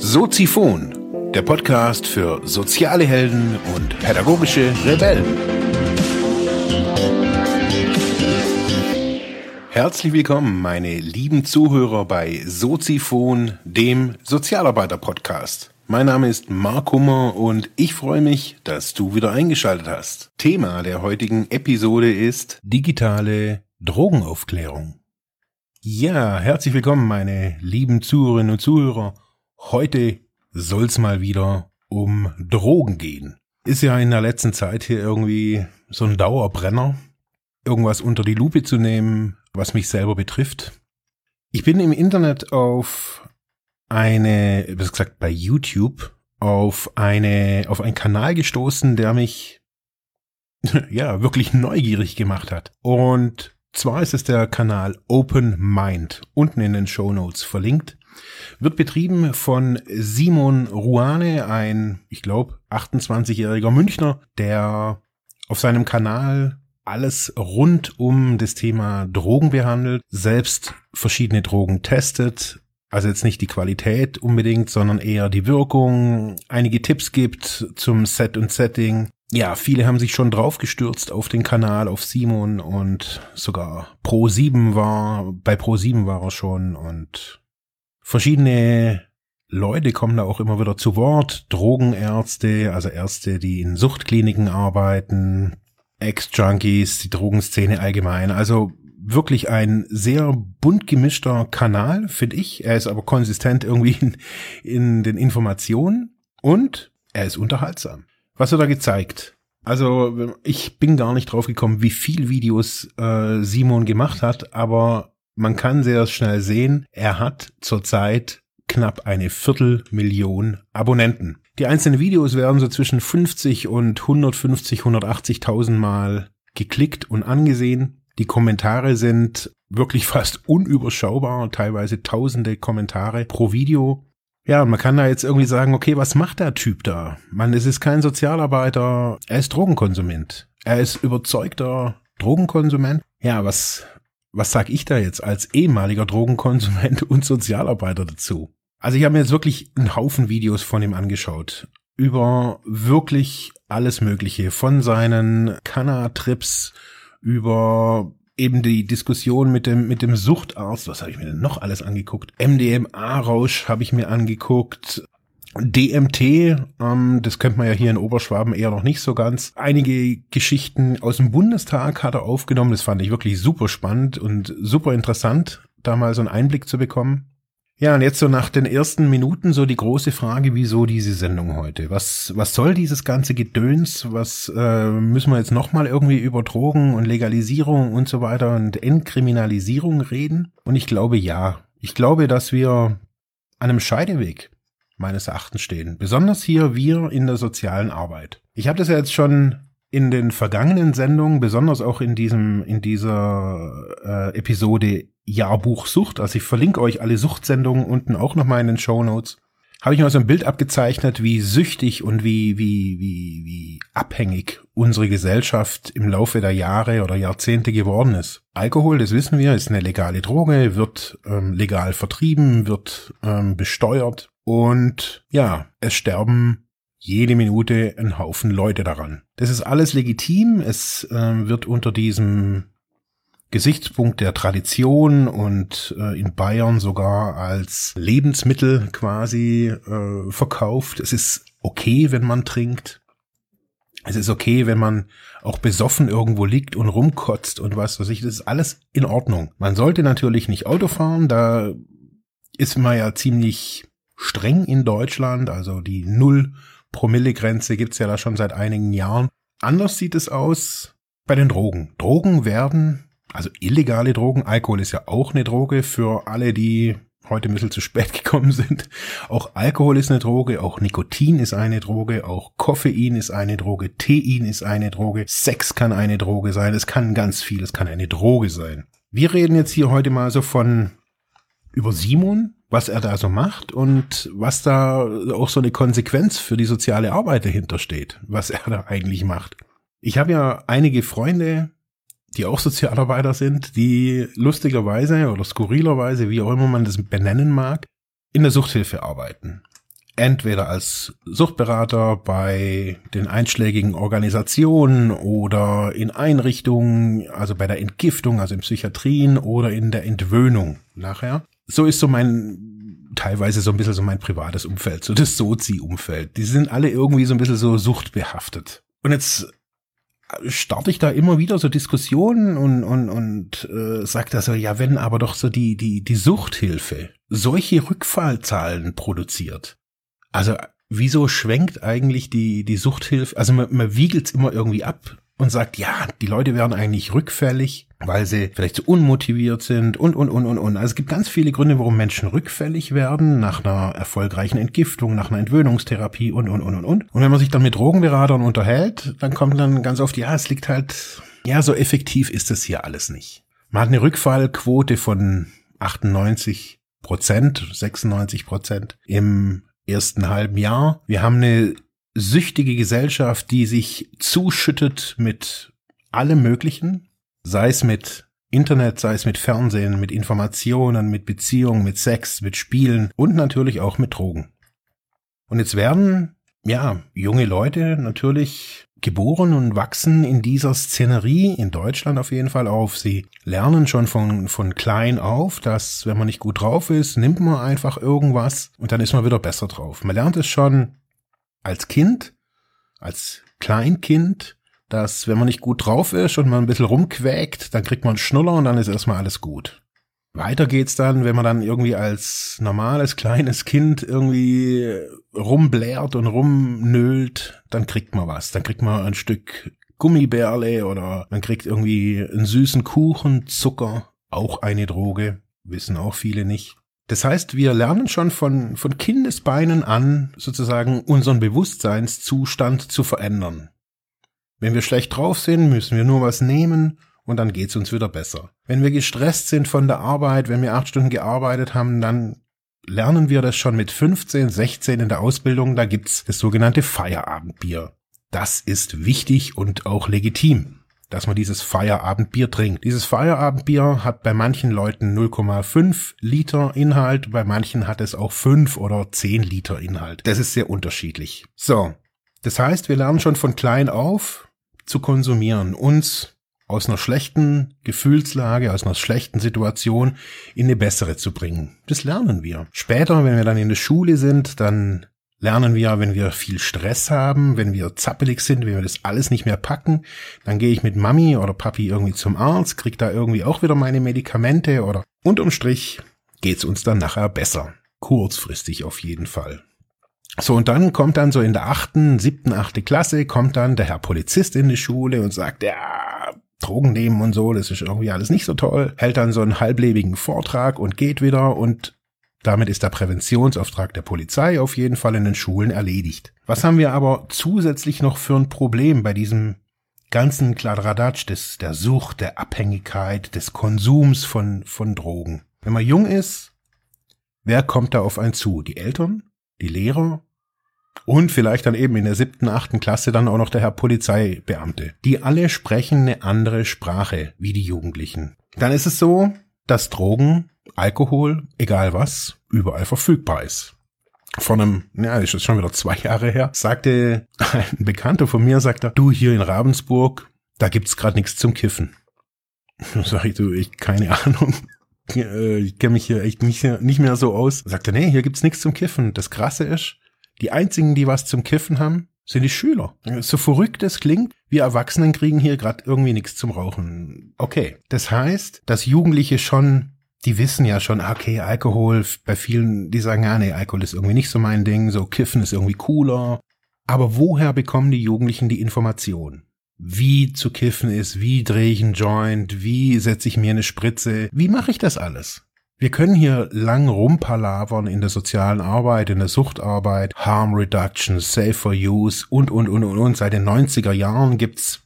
Soziphon, der Podcast für soziale Helden und pädagogische Rebellen. Herzlich willkommen, meine lieben Zuhörer bei Soziphon, dem Sozialarbeiter-Podcast. Mein Name ist Mark Hummer und ich freue mich, dass du wieder eingeschaltet hast. Thema der heutigen Episode ist digitale Drogenaufklärung. Ja, herzlich willkommen, meine lieben Zuhörerinnen und Zuhörer. Heute soll's mal wieder um Drogen gehen. Ist ja in der letzten Zeit hier irgendwie so ein Dauerbrenner, irgendwas unter die Lupe zu nehmen, was mich selber betrifft. Ich bin im Internet auf besser gesagt bei YouTube, auf einen Kanal gestoßen, der mich ja wirklich neugierig gemacht hat. Und zwar ist es der Kanal Open Mind, unten in den Shownotes verlinkt. Wird betrieben von Simon Ruane, ein, ich glaube, 28-jähriger Münchner, der auf seinem Kanal alles rund um das Thema Drogen behandelt, selbst verschiedene Drogen testet, also jetzt nicht die Qualität unbedingt, sondern eher die Wirkung, einige Tipps gibt zum Set und Setting. Ja, viele haben sich schon draufgestürzt auf den Kanal, auf Simon, und sogar bei Pro7 war er schon, und verschiedene Leute kommen da auch immer wieder zu Wort. Drogenärzte, also Ärzte, die in Suchtkliniken arbeiten, Ex-Junkies, die Drogenszene allgemein. Also wirklich ein sehr bunt gemischter Kanal, finde ich. Er ist aber konsistent irgendwie in den Informationen und er ist unterhaltsam. Was wird da gezeigt? Also ich bin gar nicht drauf gekommen, wie viel Videos Simon gemacht hat, aber man kann sehr schnell sehen, er hat zurzeit knapp 250.000 Abonnenten. Die einzelnen Videos werden so zwischen 50 und 150, 180.000 Mal geklickt und angesehen. Die Kommentare sind wirklich fast unüberschaubar, teilweise tausende Kommentare pro Video. Ja, man kann da jetzt irgendwie sagen, okay, was macht der Typ da? Mann, es ist kein Sozialarbeiter, er ist Drogenkonsument. Er ist überzeugter Drogenkonsument. Ja, was sag ich da jetzt als ehemaliger Drogenkonsument und Sozialarbeiter dazu? Also ich habe mir jetzt wirklich einen Haufen Videos von ihm angeschaut. Über wirklich alles Mögliche. Von seinen Canna-Trips über eben die Diskussion mit dem Suchtarzt. Was habe ich mir denn noch alles angeguckt? MDMA-Rausch habe ich mir angeguckt. DMT, das kennt man ja hier in Oberschwaben eher noch nicht so ganz. Einige Geschichten aus dem Bundestag hat er aufgenommen. Das fand ich wirklich super spannend und super interessant, da mal so einen Einblick zu bekommen. Ja, und jetzt so nach den ersten Minuten so die große Frage, wieso diese Sendung heute? Was soll dieses ganze Gedöns? Was müssen wir jetzt nochmal irgendwie über Drogen und Legalisierung und so weiter und Entkriminalisierung reden? Und ich glaube, ja. Ich glaube, dass wir an einem Scheideweg meines Erachtens stehen. Besonders hier wir in der sozialen Arbeit. Ich habe das ja jetzt schon in den vergangenen Sendungen, besonders auch in dieser Episode Jahrbuch Sucht, also ich verlinke euch alle Suchtsendungen unten auch nochmal in den Shownotes, habe ich mal so ein Bild abgezeichnet, wie süchtig und wie abhängig unsere Gesellschaft im Laufe der Jahre oder Jahrzehnte geworden ist. Alkohol, das wissen wir, ist eine legale Droge, wird legal vertrieben, wird besteuert und ja, es sterben jede Minute ein Haufen Leute daran. Das ist alles legitim, es wird unter diesem Gesichtspunkt der Tradition und in Bayern sogar als Lebensmittel quasi verkauft. Es ist okay, wenn man trinkt. Es ist okay, wenn man auch besoffen irgendwo liegt und rumkotzt und was weiß ich. Das ist alles in Ordnung. Man sollte natürlich nicht Auto fahren. Da ist man ja ziemlich streng in Deutschland. Also die 0-Promille-Grenze gibt's ja da schon seit einigen Jahren. Anders sieht es aus bei den Drogen. Drogen werden, also illegale Drogen, Alkohol ist ja auch eine Droge für alle, die heute ein bisschen zu spät gekommen sind. Auch Alkohol ist eine Droge, auch Nikotin ist eine Droge, auch Koffein ist eine Droge, Tein ist eine Droge, Sex kann eine Droge sein, es kann ganz viel, es kann eine Droge sein. Wir reden jetzt hier heute mal so über Simon, was er da so macht und was da auch so eine Konsequenz für die soziale Arbeit dahinter steht, was er da eigentlich macht. Ich habe ja einige Freunde, die auch Sozialarbeiter sind, die lustigerweise oder skurrilerweise, wie auch immer man das benennen mag, in der Suchthilfe arbeiten. entweder als Suchtberater bei den einschlägigen Organisationen oder in Einrichtungen, also bei der Entgiftung, also in Psychiatrien oder in der Entwöhnung nachher. So ist so teilweise so ein bisschen so mein privates Umfeld, so das Sozi-Umfeld. Die sind alle irgendwie so ein bisschen so suchtbehaftet. Und jetzt starte ich da immer wieder so Diskussionen und sage da so, ja, wenn aber doch so die Suchthilfe solche Rückfallzahlen produziert, also wieso schwenkt eigentlich die Suchthilfe, also man wiegelt's immer irgendwie ab und sagt, ja, die Leute werden eigentlich rückfällig, weil sie vielleicht zu unmotiviert sind und. Also es gibt ganz viele Gründe, warum Menschen rückfällig werden, nach einer erfolgreichen Entgiftung, nach einer Entwöhnungstherapie und. Und wenn man sich dann mit Drogenberatern unterhält, dann kommt dann ganz oft, ja, es liegt halt, ja, so effektiv ist es hier alles nicht. Man hat eine Rückfallquote von 98%, 96% im ersten halben Jahr. Wir haben eine süchtige Gesellschaft, die sich zuschüttet mit allem Möglichen, sei es mit Internet, sei es mit Fernsehen, mit Informationen, mit Beziehungen, mit Sex, mit Spielen und natürlich auch mit Drogen. Und jetzt werden, ja, junge Leute natürlich geboren und wachsen in dieser Szenerie, in Deutschland auf jeden Fall auf. Sie lernen schon von klein auf, dass, wenn man nicht gut drauf ist, nimmt man einfach irgendwas und dann ist man wieder besser drauf. Man lernt es schon als Kind, als Kleinkind, dass wenn man nicht gut drauf ist und man ein bisschen rumquäkt, dann kriegt man einen Schnuller und dann ist erstmal alles gut. Weiter geht's dann, wenn man dann irgendwie als normales kleines Kind irgendwie rumblärt und rumnölt, dann kriegt man was. Dann kriegt man ein Stück Gummibärle oder man kriegt irgendwie einen süßen Kuchen, Zucker, auch eine Droge, wissen auch viele nicht. Das heißt, wir lernen schon von Kindesbeinen an, sozusagen unseren Bewusstseinszustand zu verändern. Wenn wir schlecht drauf sind, müssen wir nur was nehmen und dann geht's uns wieder besser. Wenn wir gestresst sind von der Arbeit, wenn wir 8 Stunden gearbeitet haben, dann lernen wir das schon mit 15, 16 in der Ausbildung. Da gibt's das sogenannte Feierabendbier. Das ist wichtig und auch legitim, dass man dieses Feierabendbier trinkt. Dieses Feierabendbier hat bei manchen Leuten 0,5 Liter Inhalt, bei manchen hat es auch 5 oder 10 Liter Inhalt. Das ist sehr unterschiedlich. So, das heißt, wir lernen schon von klein auf zu konsumieren, uns aus einer schlechten Gefühlslage, aus einer schlechten Situation in eine bessere zu bringen. Das lernen wir. Später, wenn wir dann in der Schule sind, dann lernen wir, wenn wir viel Stress haben, wenn wir zappelig sind, wenn wir das alles nicht mehr packen, dann gehe ich mit Mami oder Papi irgendwie zum Arzt, krieg da irgendwie auch wieder meine Medikamente oder unterm Strich geht's uns dann nachher besser. Kurzfristig auf jeden Fall. So, und dann kommt dann so in der 7., 8. Klasse, kommt dann der Herr Polizist in die Schule und sagt, ja, Drogen nehmen und so, das ist irgendwie alles nicht so toll, hält dann so einen halblebigen Vortrag und geht wieder und damit ist der Präventionsauftrag der Polizei auf jeden Fall in den Schulen erledigt. Was haben wir aber zusätzlich noch für ein Problem bei diesem ganzen Kladderadatsch der Sucht, der Abhängigkeit, des Konsums von Drogen? Wenn man jung ist, wer kommt da auf einen zu? Die Eltern, die Lehrer und vielleicht dann eben in der 7., 8. Klasse dann auch noch der Herr Polizeibeamte. Die alle sprechen eine andere Sprache wie die Jugendlichen. Dann ist es so, dass Drogen, Alkohol, egal was, überall verfügbar ist. Vor einem, ja, ist das schon wieder 2 Jahre her, sagte ein Bekannter von mir, du, hier in Ravensburg, da gibt's gerade nichts zum Kiffen. Sag ich, du, keine Ahnung. Ich kenne mich hier echt nicht mehr so aus. Sagte, nee, hier gibt's nichts zum Kiffen. Das Krasse ist, die einzigen, die was zum Kiffen haben, sind die Schüler. So verrückt es klingt, wir Erwachsenen kriegen hier gerade irgendwie nichts zum Rauchen. Okay, das heißt, dass Jugendliche schon, die wissen ja schon, okay, Alkohol, bei vielen, die sagen, ja, nee, Alkohol ist irgendwie nicht so mein Ding, so Kiffen ist irgendwie cooler. Aber woher bekommen die Jugendlichen die Information? Wie zu kiffen ist, wie drehe ich einen Joint, wie setze ich mir eine Spritze, wie mache ich das alles? Wir können hier lang rumpalavern in der sozialen Arbeit, in der Suchtarbeit, Harm Reduction, Safe for Use und. Seit den 90er Jahren gibt's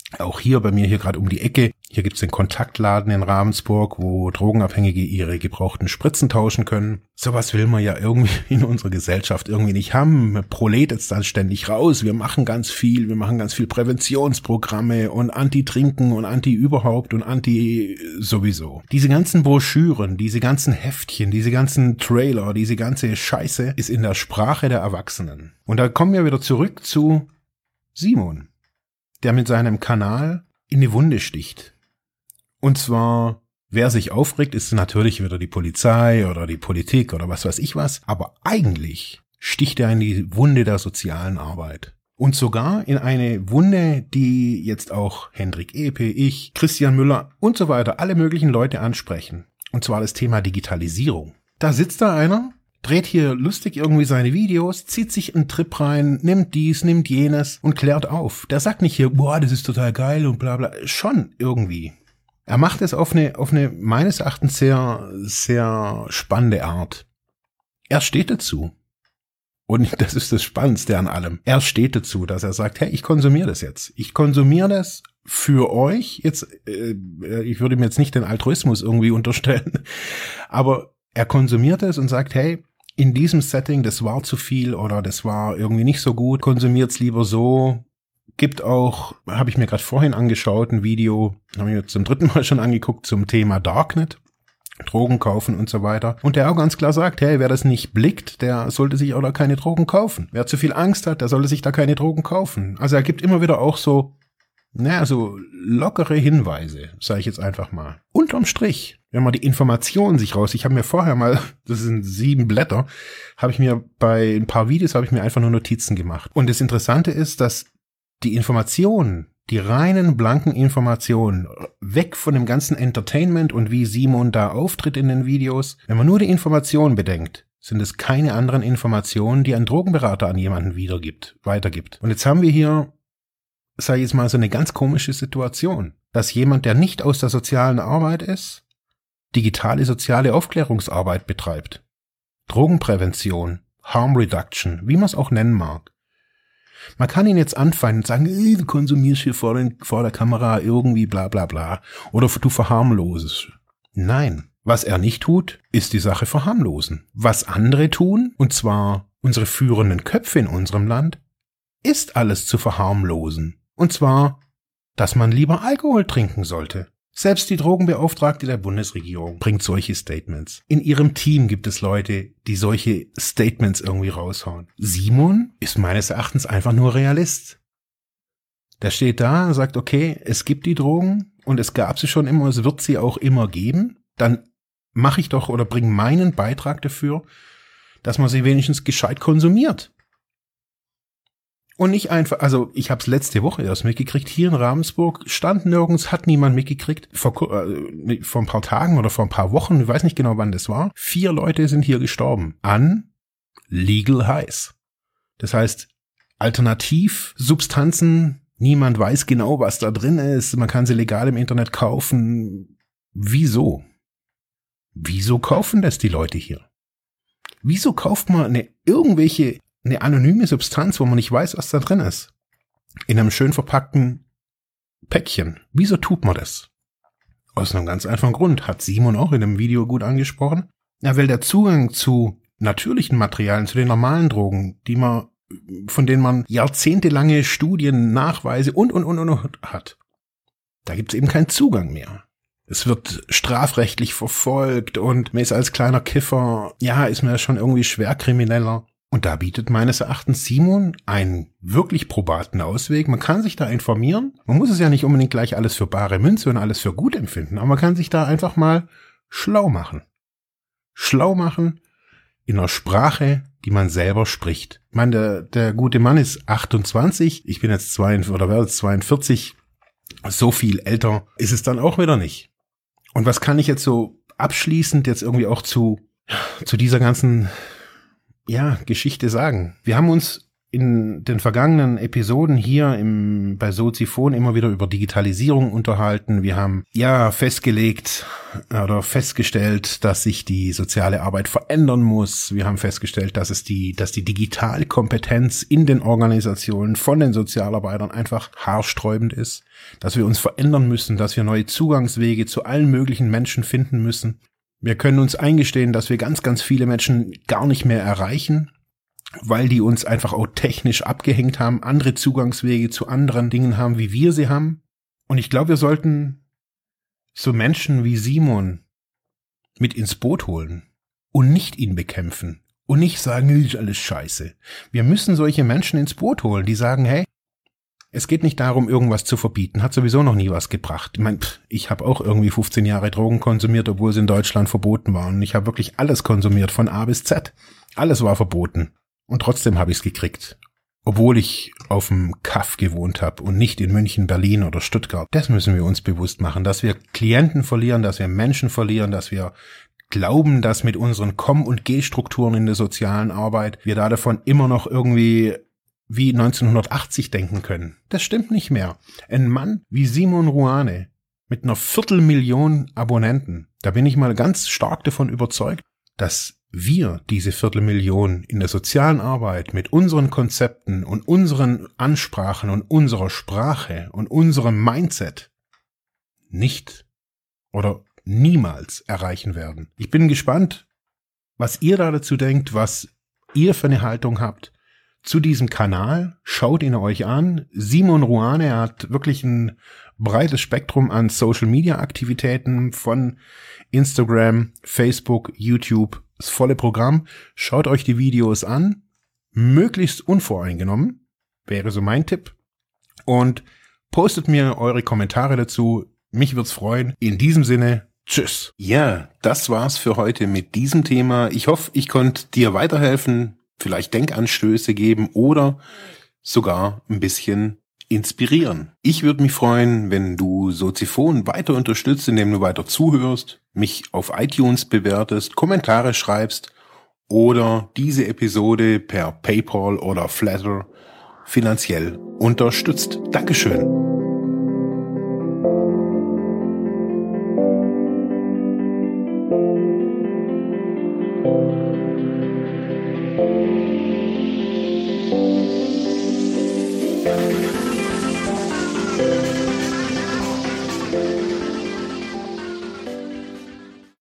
Auch hier bei mir hier gerade um die Ecke, hier gibt's den Kontaktladen in Ravensburg, wo Drogenabhängige ihre gebrauchten Spritzen tauschen können. Sowas will man ja irgendwie in unserer Gesellschaft irgendwie nicht haben. Man prolet jetzt dann ständig raus. Wir machen ganz viel Präventionsprogramme und Anti-Trinken und Anti-Überhaupt und Anti-sowieso. Diese ganzen Broschüren, diese ganzen Heftchen, diese ganzen Trailer, diese ganze Scheiße ist in der Sprache der Erwachsenen. Und da kommen wir wieder zurück zu Simon, der mit seinem Kanal in die Wunde sticht. Und zwar, wer sich aufregt, ist natürlich wieder die Polizei oder die Politik oder was weiß ich was. Aber eigentlich sticht er in die Wunde der sozialen Arbeit. Und sogar in eine Wunde, die jetzt auch Hendrik Epe, ich, Christian Müller und so weiter, alle möglichen Leute ansprechen. Und zwar das Thema Digitalisierung. Da sitzt da einer, dreht hier lustig irgendwie seine Videos, zieht sich einen Trip rein, nimmt dies, nimmt jenes und klärt auf. Der sagt nicht hier, boah, das ist total geil und bla bla. Schon irgendwie. Er macht es auf eine meines Erachtens sehr, sehr spannende Art. Er steht dazu. Und das ist das Spannendste an allem. Er steht dazu, dass er sagt, hey, ich konsumiere das jetzt. Ich konsumiere das für euch. Jetzt, ich würde mir jetzt nicht den Altruismus irgendwie unterstellen, aber er konsumiert es und sagt, hey, in diesem Setting, das war zu viel oder das war irgendwie nicht so gut, konsumiert's lieber so. Gibt auch, habe ich mir gerade vorhin angeschaut, ein Video, habe ich mir zum 3. Mal schon angeguckt, zum Thema Darknet, Drogen kaufen und so weiter. Und der auch ganz klar sagt, hey, wer das nicht blickt, der sollte sich oder keine Drogen kaufen. Wer zu viel Angst hat, der sollte sich da keine Drogen kaufen. Also er gibt immer wieder auch so lockere Hinweise, sage ich jetzt einfach mal. Unterm Strich, wenn man die Informationen sich raus, ich habe mir vorher mal, das sind 7 Blätter, habe ich mir bei ein paar Videos, habe ich mir einfach nur Notizen gemacht. Und das Interessante ist, dass die Informationen, die reinen, blanken Informationen, weg von dem ganzen Entertainment und wie Simon da auftritt in den Videos, wenn man nur die Informationen bedenkt, sind es keine anderen Informationen, die ein Drogenberater an jemanden weitergibt. Und jetzt haben wir hier, sage ich jetzt mal, so eine ganz komische Situation, dass jemand, der nicht aus der sozialen Arbeit ist, digitale soziale Aufklärungsarbeit betreibt. Drogenprävention, Harm Reduction, wie man es auch nennen mag. Man kann ihn jetzt anfeinden und sagen, du konsumierst hier vor der Kamera irgendwie bla bla bla oder du verharmlosest. Nein, was er nicht tut, ist die Sache verharmlosen. Was andere tun, und zwar unsere führenden Köpfe in unserem Land, ist alles zu verharmlosen. Und zwar, dass man lieber Alkohol trinken sollte. Selbst die Drogenbeauftragte der Bundesregierung bringt solche Statements. In ihrem Team gibt es Leute, die solche Statements irgendwie raushauen. Simon ist meines Erachtens einfach nur Realist. Der steht da und sagt, okay, es gibt die Drogen und es gab sie schon immer, es wird sie auch immer geben. Dann mache ich doch oder bringe meinen Beitrag dafür, dass man sie wenigstens gescheit konsumiert. Und nicht einfach, also ich habe es letzte Woche erst mitgekriegt, hier in Ravensburg stand nirgends, hat niemand mitgekriegt, vor ein paar Tagen oder vor ein paar Wochen, ich weiß nicht genau wann das war, 4 Leute sind hier gestorben an Legal Highs. Das heißt, Alternativsubstanzen, niemand weiß genau, was da drin ist, man kann sie legal im Internet kaufen. Wieso? Wieso kaufen das die Leute hier? Wieso kauft man eine anonyme Substanz, wo man nicht weiß, was da drin ist? In einem schön verpackten Päckchen. Wieso tut man das? Aus einem ganz einfachen Grund. Hat Simon auch in einem Video gut angesprochen. Ja, weil der Zugang zu natürlichen Materialien, zu den normalen Drogen, von denen man jahrzehntelange Studien, Nachweise und hat. Da gibt's eben keinen Zugang mehr. Es wird strafrechtlich verfolgt und man ist als kleiner Kiffer, ist man ja schon irgendwie Schwerkrimineller. Und da bietet meines Erachtens Simon einen wirklich probaten Ausweg. Man kann sich da informieren. Man muss es ja nicht unbedingt gleich alles für bare Münze und alles für gut empfinden, aber man kann sich da einfach mal schlau machen. Schlau machen in einer Sprache, die man selber spricht. Ich meine, der gute Mann ist 28, ich bin jetzt 42, so viel älter ist es dann auch wieder nicht. Und was kann ich jetzt so abschließend jetzt irgendwie auch zu dieser ganzen Geschichte sagen? Wir haben uns in den vergangenen Episoden hier bei Soziphon immer wieder über Digitalisierung unterhalten. Wir haben festgestellt, dass sich die soziale Arbeit verändern muss. Wir haben festgestellt, dass die Digitalkompetenz in den Organisationen von den Sozialarbeitern einfach haarsträubend ist, dass wir uns verändern müssen, dass wir neue Zugangswege zu allen möglichen Menschen finden müssen. Wir können uns eingestehen, dass wir ganz, ganz viele Menschen gar nicht mehr erreichen, weil die uns einfach auch technisch abgehängt haben, andere Zugangswege zu anderen Dingen haben, wie wir sie haben. Und ich glaube, wir sollten so Menschen wie Simon mit ins Boot holen und nicht ihn bekämpfen und nicht sagen, ist alles scheiße. Wir müssen solche Menschen ins Boot holen, die sagen, hey, es geht nicht darum, irgendwas zu verbieten, hat sowieso noch nie was gebracht. Ich habe auch irgendwie 15 Jahre Drogen konsumiert, obwohl es in Deutschland verboten war. Und ich habe wirklich alles konsumiert, von A bis Z. Alles war verboten. Und trotzdem habe ich es gekriegt. Obwohl ich auf dem Kaff gewohnt habe und nicht in München, Berlin oder Stuttgart. Das müssen wir uns bewusst machen, dass wir Klienten verlieren, dass wir Menschen verlieren, dass wir glauben, dass mit unseren Komm- und Geh-Strukturen in der sozialen Arbeit wir da davon immer noch irgendwie wie 1980 denken können. Das stimmt nicht mehr. Ein Mann wie Simon Ruane mit einer 250.000 Abonnenten, da bin ich mal ganz stark davon überzeugt, dass wir diese 250.000 in der sozialen Arbeit mit unseren Konzepten und unseren Ansprachen und unserer Sprache und unserem Mindset nicht oder niemals erreichen werden. Ich bin gespannt, was ihr da dazu denkt, was ihr für eine Haltung habt zu diesem Kanal. Schaut ihn euch an. Simon Ruane hat wirklich ein breites Spektrum an Social-Media-Aktivitäten von Instagram, Facebook, YouTube, das volle Programm. Schaut euch die Videos an. Möglichst unvoreingenommen, wäre so mein Tipp. Und postet mir eure Kommentare dazu. Mich würd's freuen. In diesem Sinne, tschüss. Ja, das war's für heute mit diesem Thema. Ich hoffe, ich konnte dir weiterhelfen, vielleicht Denkanstöße geben oder sogar ein bisschen inspirieren. Ich würde mich freuen, wenn du Soziphon weiter unterstützt, indem du weiter zuhörst, mich auf iTunes bewertest, Kommentare schreibst oder diese Episode per PayPal oder Flattr finanziell unterstützt. Dankeschön. Thank you.